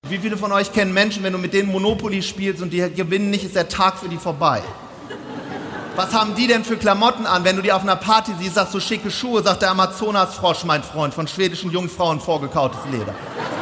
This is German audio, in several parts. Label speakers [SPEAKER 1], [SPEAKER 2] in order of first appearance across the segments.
[SPEAKER 1] Wie viele von euch kennen Menschen, wenn du mit denen Monopoly spielst und die gewinnen nicht, ist der Tag für die vorbei? Was haben die denn für Klamotten an? Wenn du die auf einer Party siehst, sagst du schicke Schuhe, sagt der Amazonasfrosch, mein Freund, von schwedischen Jungfrauen vorgekautes Leder.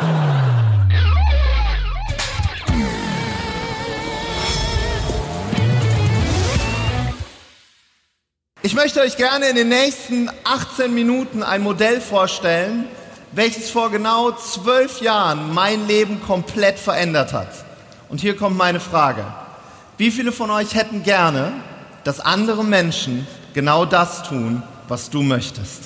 [SPEAKER 1] Ich möchte euch gerne in den nächsten 18 Minuten ein Modell vorstellen, welches vor genau 12 Jahren mein Leben komplett verändert hat. Und hier kommt meine Frage. Wie viele von euch hätten gerne, dass andere Menschen genau das tun, was du möchtest?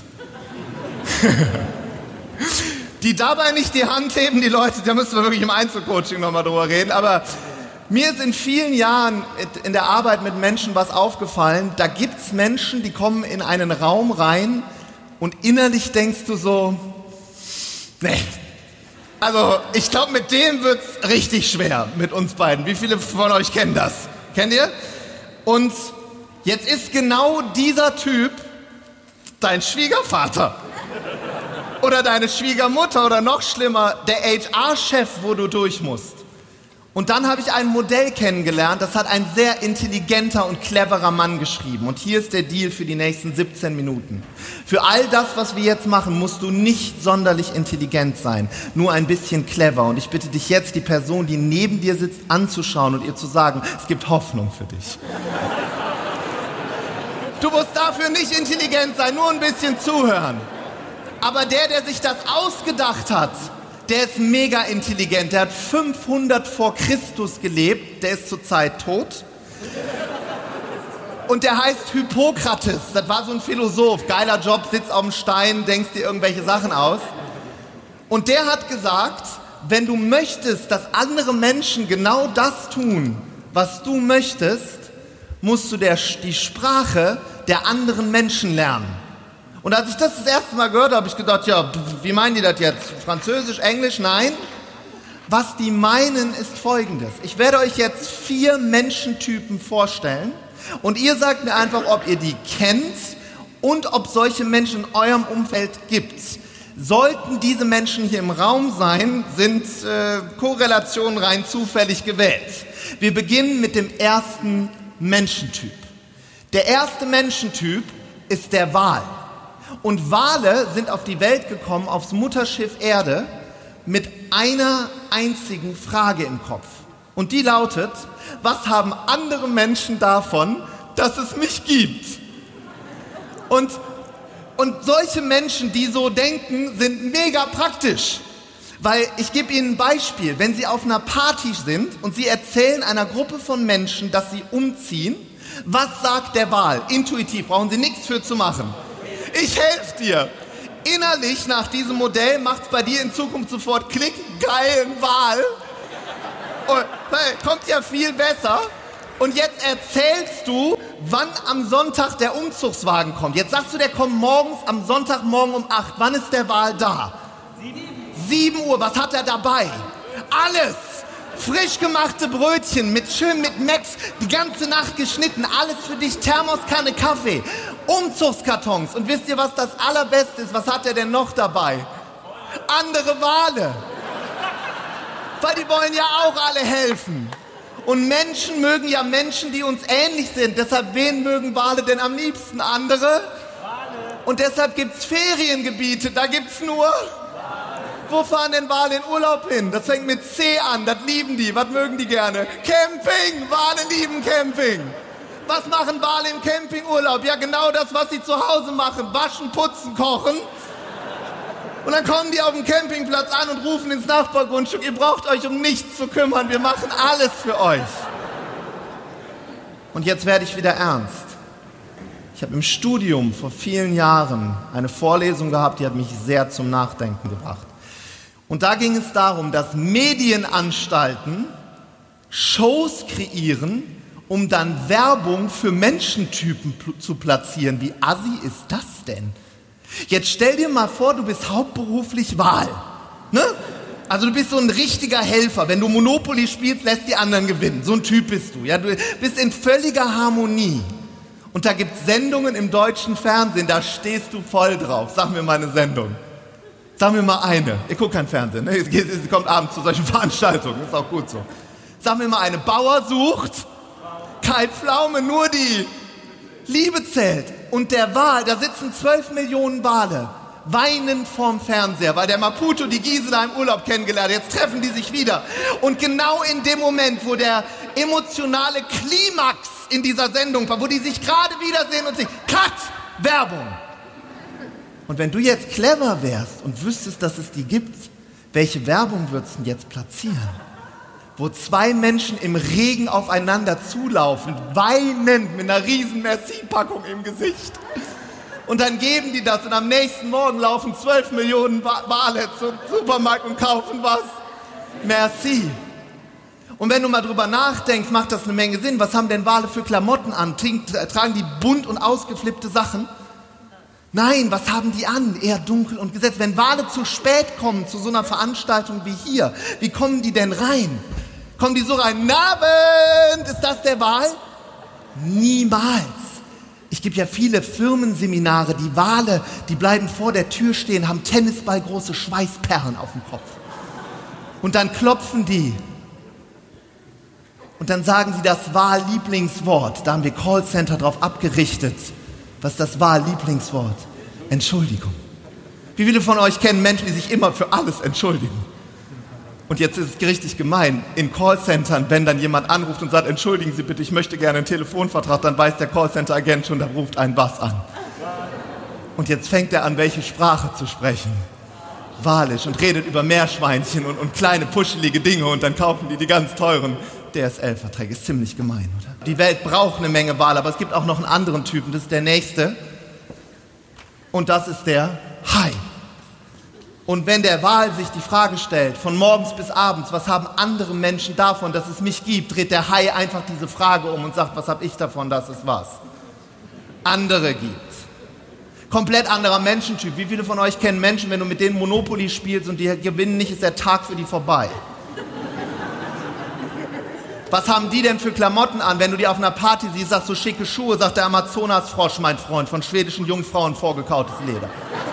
[SPEAKER 1] Die dabei nicht die Hand heben, die Leute, da müssen wir wirklich im Einzelcoaching nochmal drüber reden, aber mir ist in vielen Jahren in der Arbeit mit Menschen was aufgefallen. Da gibt es Menschen, die kommen in einen Raum rein und innerlich denkst du so, nee, also ich glaube, mit dem wird es richtig schwer, mit uns beiden. Wie viele von euch kennen das? Kennt ihr? Und jetzt ist genau dieser Typ dein Schwiegervater oder deine Schwiegermutter oder noch schlimmer, der HR-Chef, wo du durch musst. Und dann habe ich ein Modell kennengelernt, das hat ein sehr intelligenter und cleverer Mann geschrieben. Und hier ist der Deal für die nächsten 17 Minuten. Für all das, was wir jetzt machen, musst du nicht sonderlich intelligent sein, nur ein bisschen clever. Und ich bitte dich jetzt, die Person, die neben dir sitzt, anzuschauen und ihr zu sagen, es gibt Hoffnung für dich. Du musst dafür nicht intelligent sein, nur ein bisschen zuhören. Aber der sich das ausgedacht hat, der ist mega intelligent, der hat 500 vor Christus gelebt, der ist zurzeit tot. Und der heißt Hippokrates, das war so ein Philosoph, geiler Job, sitzt auf dem Stein, denkst dir irgendwelche Sachen aus. Und der hat gesagt, wenn du möchtest, dass andere Menschen genau das tun, was du möchtest, musst du die Sprache der anderen Menschen lernen. Und als ich das erste Mal gehört habe, habe ich gedacht, ja, wie meinen die das jetzt? Französisch, Englisch? Nein. Was die meinen, ist Folgendes. Ich werde euch jetzt 4 Menschentypen vorstellen und ihr sagt mir einfach, ob ihr die kennt und ob solche Menschen in eurem Umfeld gibt. Sollten diese Menschen hier im Raum sein, sind Korrelationen rein zufällig gewählt. Wir beginnen mit dem ersten Menschentyp. Der erste Menschentyp ist der Wal. Und Wale sind auf die Welt gekommen, aufs Mutterschiff Erde, mit einer einzigen Frage im Kopf. Und die lautet, was haben andere Menschen davon, dass es mich gibt? Und solche Menschen, die so denken, sind mega praktisch. Weil ich gebe Ihnen ein Beispiel. Wenn Sie auf einer Party sind und Sie erzählen einer Gruppe von Menschen, dass Sie umziehen, was sagt der Wal? Intuitiv, brauchen Sie nichts für zu machen. Ich helfe dir. Innerlich nach diesem Modell macht es bei dir in Zukunft sofort Klick, geil, Wal. Und, hey, kommt ja viel besser. Und jetzt erzählst du, wann am Sonntag der Umzugswagen kommt. Jetzt sagst du, der kommt morgens am Sonntagmorgen um 8. Wann ist der Wal da? 7 Uhr. Was hat er dabei? Alles. Frisch gemachte Brötchen, schön mit Max, die ganze Nacht geschnitten, alles für dich, Thermoskanne Kaffee, Umzugskartons. Und wisst ihr, was das Allerbeste ist? Was hat er denn noch dabei? Andere Wale. Weil die wollen ja auch alle helfen. Und Menschen mögen ja Menschen, die uns ähnlich sind. Deshalb, wen mögen Wale denn am liebsten? Andere? Wale. Und deshalb gibt's Feriengebiete, da gibt's nur... Wo fahren denn Wale in Urlaub hin? Das fängt mit C an, das lieben die. Was mögen die gerne? Camping! Wale lieben Camping! Was machen Wale im Campingurlaub? Ja, genau das, was sie zu Hause machen. Waschen, putzen, kochen. Und dann kommen die auf dem Campingplatz an und rufen ins Nachbargrundstück, ihr braucht euch um nichts zu kümmern, wir machen alles für euch. Und jetzt werde ich wieder ernst. Ich habe im Studium vor vielen Jahren eine Vorlesung gehabt, die hat mich sehr zum Nachdenken gebracht. Und da ging es darum, dass Medienanstalten Shows kreieren, um dann Werbung für Menschentypen zu platzieren. Wie assi ist das denn? Jetzt stell dir mal vor, du bist hauptberuflich Wal. Ne? Also du bist so ein richtiger Helfer. Wenn du Monopoly spielst, lässt die anderen gewinnen. So ein Typ bist du. Ja? Du bist in völliger Harmonie. Und da gibt es Sendungen im deutschen Fernsehen, da stehst du voll drauf. Sag mir mal eine Sendung. Sagen wir mal eine. Ihr guckt kein Fernsehen, ne? Sie kommt abends zu solchen Veranstaltungen, ist auch gut so. Sagen wir mal eine. Bauer sucht, Kai Pflaume, nur die Liebe zählt. Und der Wal, da sitzen 12 Millionen Wale, weinend vorm Fernseher, weil der Maputo die Gisela im Urlaub kennengelernt hat. Jetzt treffen die sich wieder. Und genau in dem Moment, wo der emotionale Klimax in dieser Sendung war, wo die sich gerade wiedersehen und sich, Cut, Werbung. Und wenn du jetzt clever wärst und wüsstest, dass es die gibt, welche Werbung würdest du denn jetzt platzieren? Wo 2 Menschen im Regen aufeinander zulaufen, weinend mit einer riesen Merci-Packung im Gesicht. Und dann geben die das und am nächsten Morgen laufen 12 Millionen Wale zum Supermarkt und kaufen was? Merci. Und wenn du mal drüber nachdenkst, macht das eine Menge Sinn. Was haben denn Wale für Klamotten an? Tragen die bunt und ausgeflippte Sachen? Nein, was haben die an? Eher dunkel und gesetzt. Wenn Wale zu spät kommen zu so einer Veranstaltung wie hier, wie kommen die denn rein? Kommen die so rein? Guten Abend! Ist das der Wal? Niemals. Ich gebe ja viele Firmenseminare, die Wale, die bleiben vor der Tür stehen, haben tennisballgroße Schweißperlen auf dem Kopf. Und dann klopfen die. Und dann sagen sie das Wal-Lieblingswort. Da haben wir Callcenter drauf abgerichtet. Was ist das Wal-Lieblingswort? Entschuldigung. Wie viele von euch kennen Menschen, die sich immer für alles entschuldigen? Und jetzt ist es richtig gemein. In Callcentern, wenn dann jemand anruft und sagt, entschuldigen Sie bitte, ich möchte gerne einen Telefonvertrag, dann weiß der Callcenter-Agent schon, da ruft einen was an. Und jetzt fängt er an, welche Sprache zu sprechen. Walisch und redet über Meerschweinchen und kleine puschelige Dinge und dann kaufen die ganz teuren DSL-Verträge. Ist ziemlich gemein, oder? Die Welt braucht eine Menge Wale, aber es gibt auch noch einen anderen Typen, das ist der nächste. Und das ist der Hai. Und wenn der Wal sich die Frage stellt, von morgens bis abends, was haben andere Menschen davon, dass es mich gibt, dreht der Hai einfach diese Frage um und sagt, was habe ich davon, dass es was andere gibt. Komplett anderer Menschentyp. Wie viele von euch kennen Menschen, wenn du mit denen Monopoly spielst und die gewinnen nicht, ist der Tag für die vorbei? Was haben die denn für Klamotten an? Wenn du die auf einer Party siehst, sagst du schicke Schuhe, sagt der Amazonasfrosch, mein Freund, von schwedischen Jungfrauen vorgekautes Leder.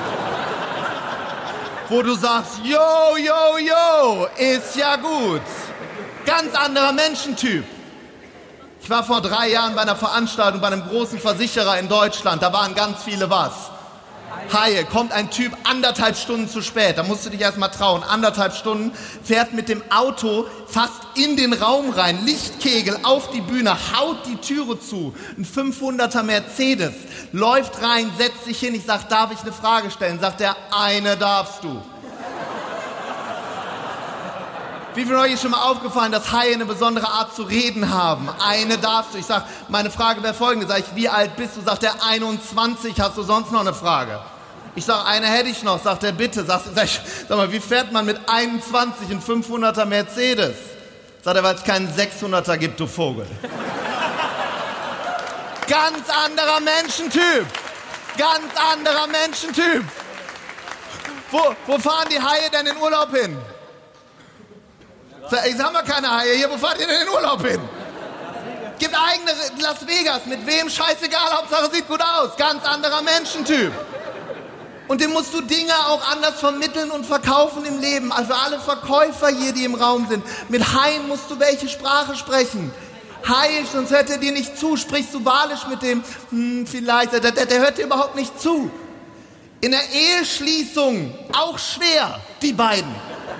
[SPEAKER 1] Wo du sagst, yo, yo, yo, ist ja gut. Ganz anderer Menschentyp. Ich war vor 3 Jahren bei einer Veranstaltung bei einem großen Versicherer in Deutschland, da waren ganz viele was. Haie, kommt ein Typ 1,5 Stunden zu spät, da musst du dich erst mal trauen, 1,5 Stunden, fährt mit dem Auto fast in den Raum rein, Lichtkegel auf die Bühne, haut die Türe zu, ein 500er Mercedes, läuft rein, setzt sich hin, ich sag, darf ich eine Frage stellen? Sagt er, eine darfst du. Wie viel von euch ist schon mal aufgefallen, dass Haie eine besondere Art zu reden haben? Eine darfst du. Ich sag, meine Frage wäre folgende. Sag ich, wie alt bist du? Sagt er, 21. Hast du sonst noch eine Frage? Ich sag, eine hätte ich noch. Sagt er, bitte. Sag mal, wie fährt man mit 21 ein 500er Mercedes? Sagt er, weil es keinen 600er gibt, du Vogel. Ganz anderer Menschentyp. Ganz anderer Menschentyp. Wo fahren die Haie denn in Urlaub hin? Jetzt haben wir keine Haie hier, wo fahrt ihr denn in den Urlaub hin? Gibt eigene Las Vegas, mit wem, scheißegal, Hauptsache sieht gut aus. Ganz anderer Menschentyp. Und dem musst du Dinge auch anders vermitteln und verkaufen im Leben. Also alle Verkäufer hier, die im Raum sind. Mit Haien musst du welche Sprache sprechen? Haiisch, sonst hört er dir nicht zu. Sprichst du Walisch mit dem? Vielleicht, der hört dir überhaupt nicht zu. In der Eheschließung auch schwer, die beiden.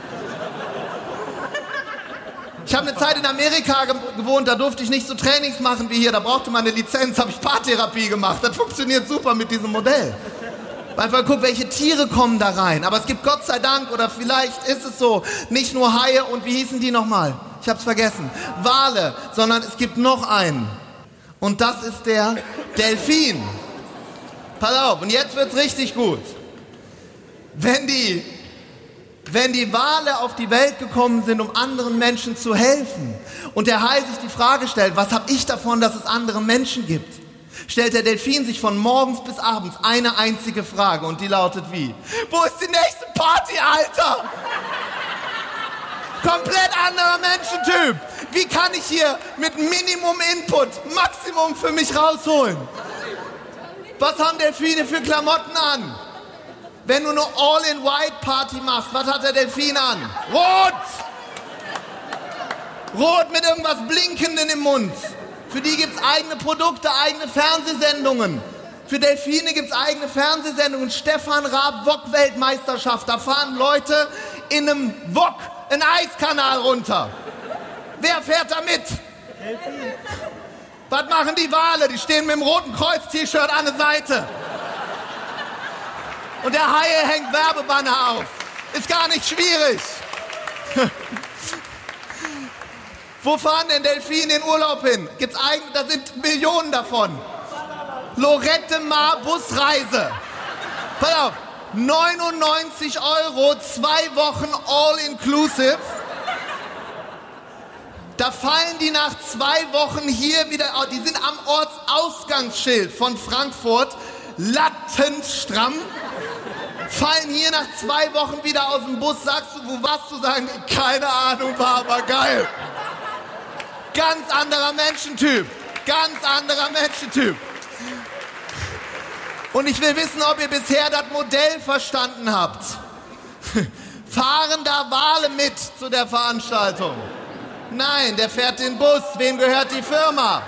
[SPEAKER 1] Ich habe eine Zeit in Amerika gewohnt, da durfte ich nicht so Trainings machen wie hier, da brauchte man eine Lizenz, habe ich Paartherapie gemacht. Das funktioniert super mit diesem Modell. Einfach guck, welche Tiere kommen da rein. Aber es gibt Gott sei Dank, oder vielleicht ist es so, nicht nur Haie und wie hießen die nochmal? Ich hab's vergessen. Wale, sondern es gibt noch einen. Und das ist der Delfin. Pass auf, und jetzt wird's richtig gut. Wenn die Wale auf die Welt gekommen sind, um anderen Menschen zu helfen und der Hai sich die Frage stellt, was habe ich davon, dass es andere Menschen gibt, stellt der Delfin sich von morgens bis abends eine einzige Frage und die lautet wie? Wo ist die nächste Party, Alter? Komplett anderer Menschentyp. Wie kann ich hier mit Minimum Input Maximum für mich rausholen? Was haben Delfine für Klamotten an? Wenn du eine All-in-White-Party machst, was hat der Delfin an? Rot! Rot mit irgendwas Blinkenden im Mund. Für die gibt's eigene Produkte, eigene Fernsehsendungen. Für Delfine gibt's eigene Fernsehsendungen. Stefan Raab Wok-Weltmeisterschaft. Da fahren Leute in einem Wok einen Eiskanal runter. Wer fährt da mit? Delfin. Was machen die Wale? Die stehen mit dem Roten Kreuz-T-Shirt an der Seite. Und der Haie hängt Werbebanner auf. Ist gar nicht schwierig. Wo fahren denn Delfine in Urlaub hin? Da sind Millionen davon. Lorette Mar Busreise. Pass auf, 99 €, 2 Wochen all-inclusive. Da fallen die nach 2 Wochen hier wieder, die sind am Ortsausgangsschild von Frankfurt, lattenstramm. Fallen hier nach 2 Wochen wieder aus dem Bus, sagst du, wo warst du? Sagen, keine Ahnung, war aber geil. Ganz anderer Menschentyp. Ganz anderer Menschentyp. Und ich will wissen, ob ihr bisher das Modell verstanden habt. Fahren da Wale mit zu der Veranstaltung? Nein, der fährt den Bus. Wem gehört die Firma?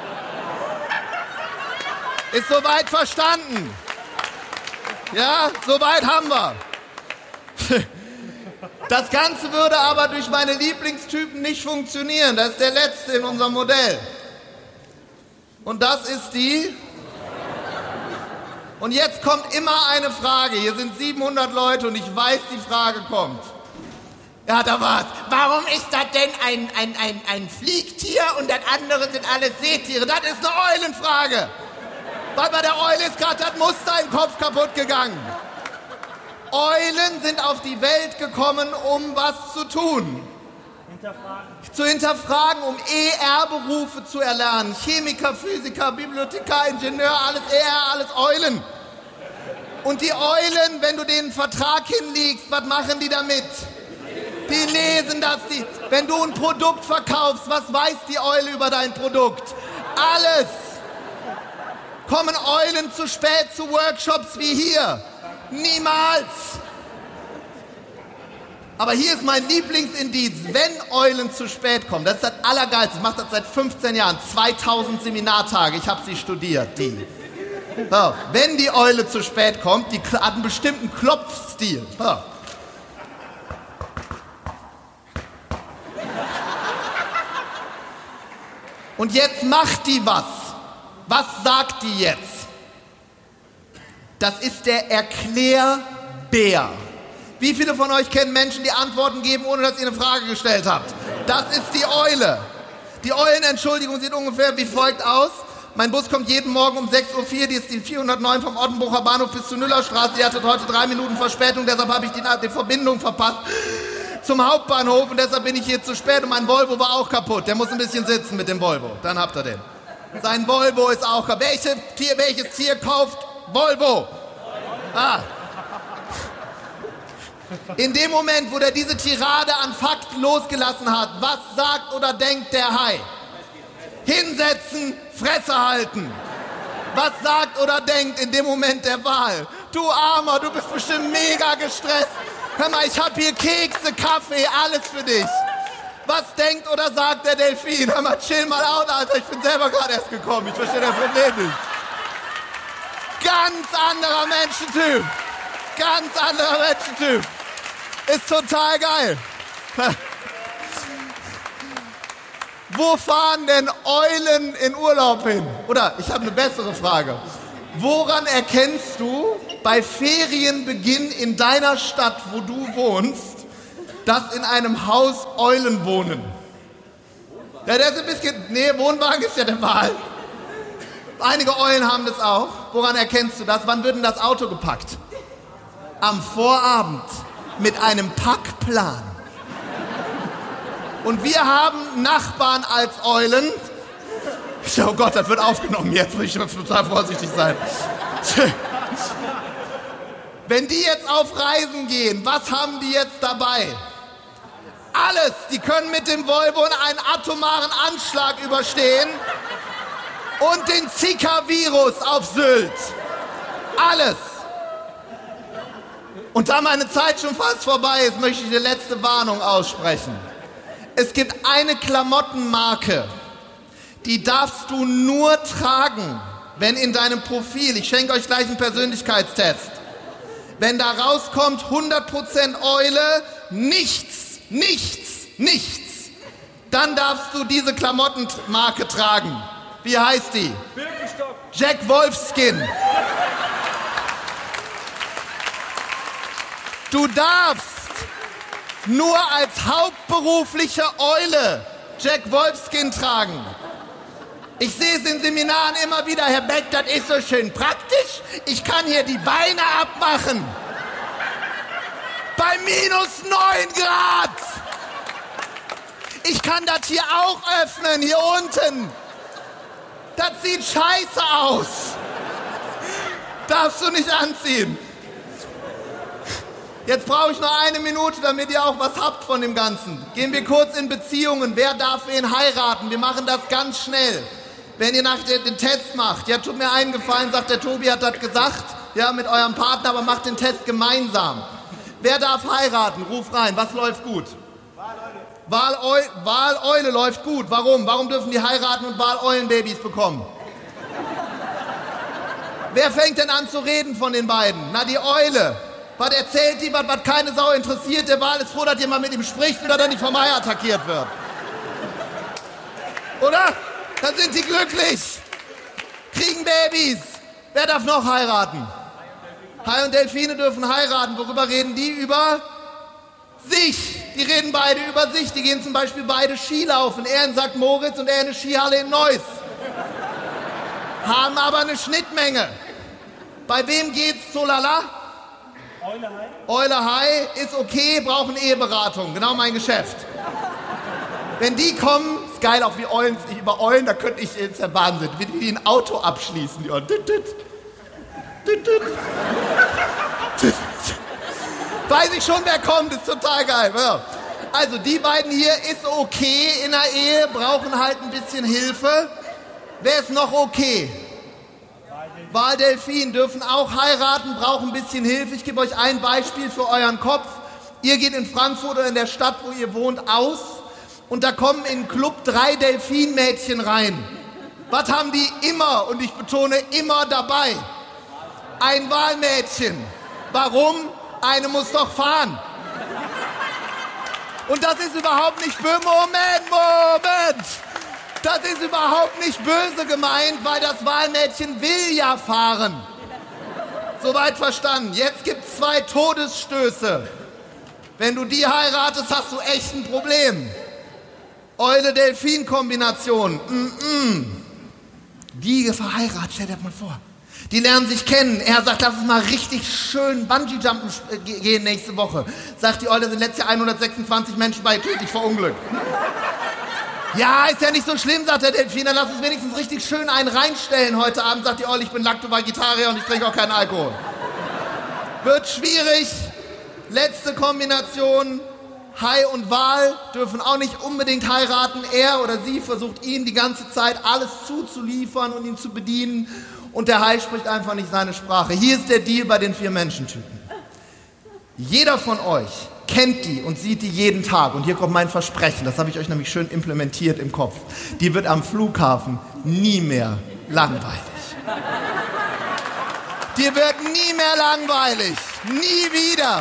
[SPEAKER 1] Ist soweit verstanden? Ja, soweit haben wir. Das Ganze würde aber durch meine Lieblingstypen nicht funktionieren. Das ist der letzte in unserem Modell. Und das ist die... Und jetzt kommt immer eine Frage. Hier sind 700 Leute und ich weiß, die Frage kommt. Ja, da war's. Warum ist das denn ein Fliegtier und das andere sind alles Seetiere? Das ist eine Eulenfrage. Weil bei der Eule ist gerade das Muster im Kopf kaputt gegangen. Eulen sind auf die Welt gekommen, um was zu tun. Zu hinterfragen, um ER-Berufe zu erlernen. Chemiker, Physiker, Bibliothekar, Ingenieur, alles ER, alles Eulen. Und die Eulen, wenn du denen einen Vertrag hinlegst, was machen die damit? Die lesen das. Wenn du ein Produkt verkaufst, was weiß die Eule über dein Produkt? Alles. Kommen Eulen zu spät zu Workshops wie hier? Niemals. Aber hier ist mein Lieblingsindiz, wenn Eulen zu spät kommen. Das ist das Allergeilste. Ich mache das seit 15 Jahren. 2000 Seminartage. Ich habe sie studiert, die. So, wenn die Eule zu spät kommt, die hat einen bestimmten Klopfstil. So. Und jetzt macht die was. Was sagt die jetzt? Das ist der Erklärbär. Wie viele von euch kennen Menschen, die Antworten geben, ohne dass ihr eine Frage gestellt habt? Das ist die Eule. Die Eulenentschuldigung sieht ungefähr wie folgt aus. Mein Bus kommt jeden Morgen um 6:04 Uhr, die ist die 409 vom Ottenbrucher Bahnhof bis zur Nüllerstraße. Die hatte heute 3 Minuten Verspätung, deshalb habe ich die Verbindung verpasst zum Hauptbahnhof und deshalb bin ich hier zu spät und mein Volvo war auch kaputt. Der muss ein bisschen sitzen mit dem Volvo, dann habt ihr den. Sein Volvo ist auch kaputt. Welches Tier kauft Volvo? Ah. In dem Moment, wo der diese Tirade an Fakten losgelassen hat, was sagt oder denkt der Hai? Hinsetzen, Fresse halten. Was sagt oder denkt in dem Moment der Wal? Du Armer, du bist bestimmt mega gestresst. Hör mal, ich hab hier Kekse, Kaffee, alles für dich. Was denkt oder sagt der Delfin? Hör mal, chill mal out, Alter, ich bin selber gerade erst gekommen. Ich verstehe das Problem nicht. Ganz anderer Menschentyp. Ganz anderer Menschentyp. Ist total geil. Wo fahren denn Eulen in Urlaub hin? Oder, ich habe eine bessere Frage. Woran erkennst du bei Ferienbeginn in deiner Stadt, wo du wohnst, dass in einem Haus Eulen wohnen? Ja, der ist ein bisschen... Nee, Wohnwagen ist ja der Wahl. Einige Eulen haben das auch. Woran erkennst du das? Wann wird denn das Auto gepackt? Am Vorabend. Mit einem Packplan. Und wir haben Nachbarn als Eulen. Oh Gott, das wird aufgenommen. Jetzt muss ich total vorsichtig sein. Wenn die jetzt auf Reisen gehen, was haben die jetzt dabei? Alles. Die können mit dem Volvo einen atomaren Anschlag überstehen und den Zika-Virus auf Sylt. Alles. Und da meine Zeit schon fast vorbei ist, möchte ich die letzte Warnung aussprechen. Es gibt eine Klamottenmarke, die darfst du nur tragen, wenn in deinem Profil, ich schenke euch gleich einen Persönlichkeitstest, wenn da rauskommt 100% Eule, nichts, dann darfst du diese Klamottenmarke tragen. Wie heißt die?
[SPEAKER 2] Birkenstock.
[SPEAKER 1] Jack Wolfskin. Du darfst nur als hauptberufliche Eule Jack Wolfskin tragen. Ich sehe es in Seminaren immer wieder, Herr Beck, das ist so schön praktisch. Ich kann hier die Beine abmachen. Bei minus 9 Grad. Ich kann das hier auch öffnen, hier unten. Das sieht scheiße aus. Darfst du nicht anziehen. Jetzt brauche ich noch 1 Minute, damit ihr auch was habt von dem Ganzen. Gehen wir kurz in Beziehungen. Wer darf wen heiraten? Wir machen das ganz schnell. Wenn ihr nachher den Test macht, ja, tut mir einen Gefallen, sagt der Tobi, hat das gesagt, ja, mit eurem Partner, aber macht den Test gemeinsam. Wer darf heiraten? Ruf rein. Was läuft gut? Waleule läuft gut. Warum? Warum dürfen die heiraten und Waleulenbabys bekommen? Wer fängt denn an zu reden von den beiden? Na, die Eule. Was erzählt die, was keine Sau interessiert? Der Wal ist froh, dass jemand mit ihm spricht oder dann nicht vom Hai attackiert wird. Oder? Dann sind die glücklich. Kriegen Babys. Wer darf noch heiraten? Hai und Delfine dürfen heiraten. Worüber reden die? Über sich. Die reden beide über sich. Die gehen zum Beispiel beide Skilaufen. Er in St. Moritz und er in eine Skihalle in Neuss. Haben aber eine Schnittmenge. Bei wem geht's so lala? Eule Hai ist okay, brauchen Eheberatung. Genau mein Geschäft. Wenn die kommen, ist geil, auch wie Eulen, über Eulen, da könnte ich jetzt der Wahnsinn, wie die ein Auto abschließen. Die Eulen. Weiß ich schon, wer kommt, ist total geil. Ja. Also die beiden hier ist okay in der Ehe, brauchen halt ein bisschen Hilfe. Wer ist noch okay? Waldelfin dürfen auch heiraten, brauchen ein bisschen Hilfe. Ich gebe euch ein Beispiel für euren Kopf. Ihr geht in Frankfurt oder in der Stadt, wo ihr wohnt, aus und da kommen in den Club 3 Delfinmädchen rein. Was haben die immer, und ich betone immer dabei? Ein Walmädchen. Warum? Eine muss doch fahren. Und das ist überhaupt nicht böse. Moment! Das ist überhaupt nicht böse gemeint, weil das Walmädchen will ja fahren. Soweit verstanden. Jetzt gibt es 2 Todesstöße. Wenn du die heiratest, hast du echt ein Problem. Eule-Delfin-Kombination. Die verheiratet, stell dir das mal vor. Die lernen sich kennen. Er sagt, lass uns mal richtig schön Bungee-Jumpen gehen nächste Woche. Sagt die Eule, sind letztes Jahr 126 Menschen bei tödlich verunglückt. Ja, ist ja nicht so schlimm, sagt der Delfin, dann lass uns wenigstens richtig schön einen reinstellen heute Abend. Sagt die Eule, ich bin Lacto-Vegetarier und ich trinke auch keinen Alkohol. Wird schwierig. Letzte Kombination. Hai und Wal dürfen auch nicht unbedingt heiraten. Er oder sie versucht ihn die ganze Zeit alles zuzuliefern und ihn zu bedienen. Und der Hai spricht einfach nicht seine Sprache. Hier ist der Deal bei den 4 Menschentypen. Jeder von euch kennt die und sieht die jeden Tag. Und hier kommt mein Versprechen, das habe ich euch nämlich schön implementiert im Kopf. Die wird am Flughafen nie mehr langweilig. Die wird nie mehr langweilig. Nie wieder.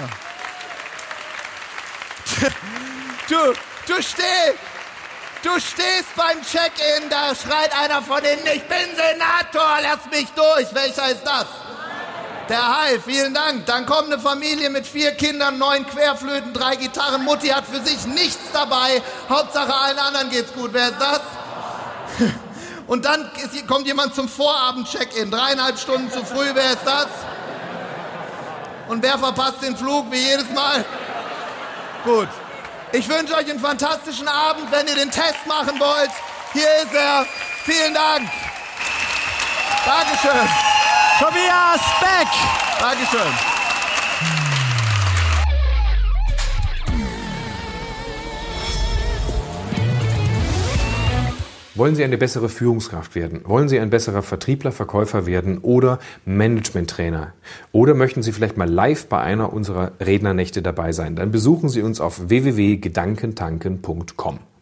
[SPEAKER 1] Du stehst beim Check-in, da schreit einer von denen, ich bin Senator, lass mich durch. Welcher ist das? Der Hai, vielen Dank. Dann kommt eine Familie mit 4 Kindern, 9 Querflöten, 3 Gitarren. Mutti hat für sich nichts dabei. Hauptsache allen anderen geht's gut. Wer ist das? Und dann kommt jemand zum Vorabend-Check-in. 3,5 Stunden zu früh. Wer ist das? Und wer verpasst den Flug wie jedes Mal? Gut. Ich wünsche euch einen fantastischen Abend, wenn ihr den Test machen wollt. Hier ist er. Vielen Dank. Dankeschön.
[SPEAKER 3] Tobias Beck.
[SPEAKER 1] Dankeschön.
[SPEAKER 2] Wollen Sie eine bessere Führungskraft werden? Wollen Sie ein besserer Vertriebler, Verkäufer werden oder Management-Trainer? Oder möchten Sie vielleicht mal live bei einer unserer Rednernächte dabei sein? Dann besuchen Sie uns auf www.gedankentanken.com.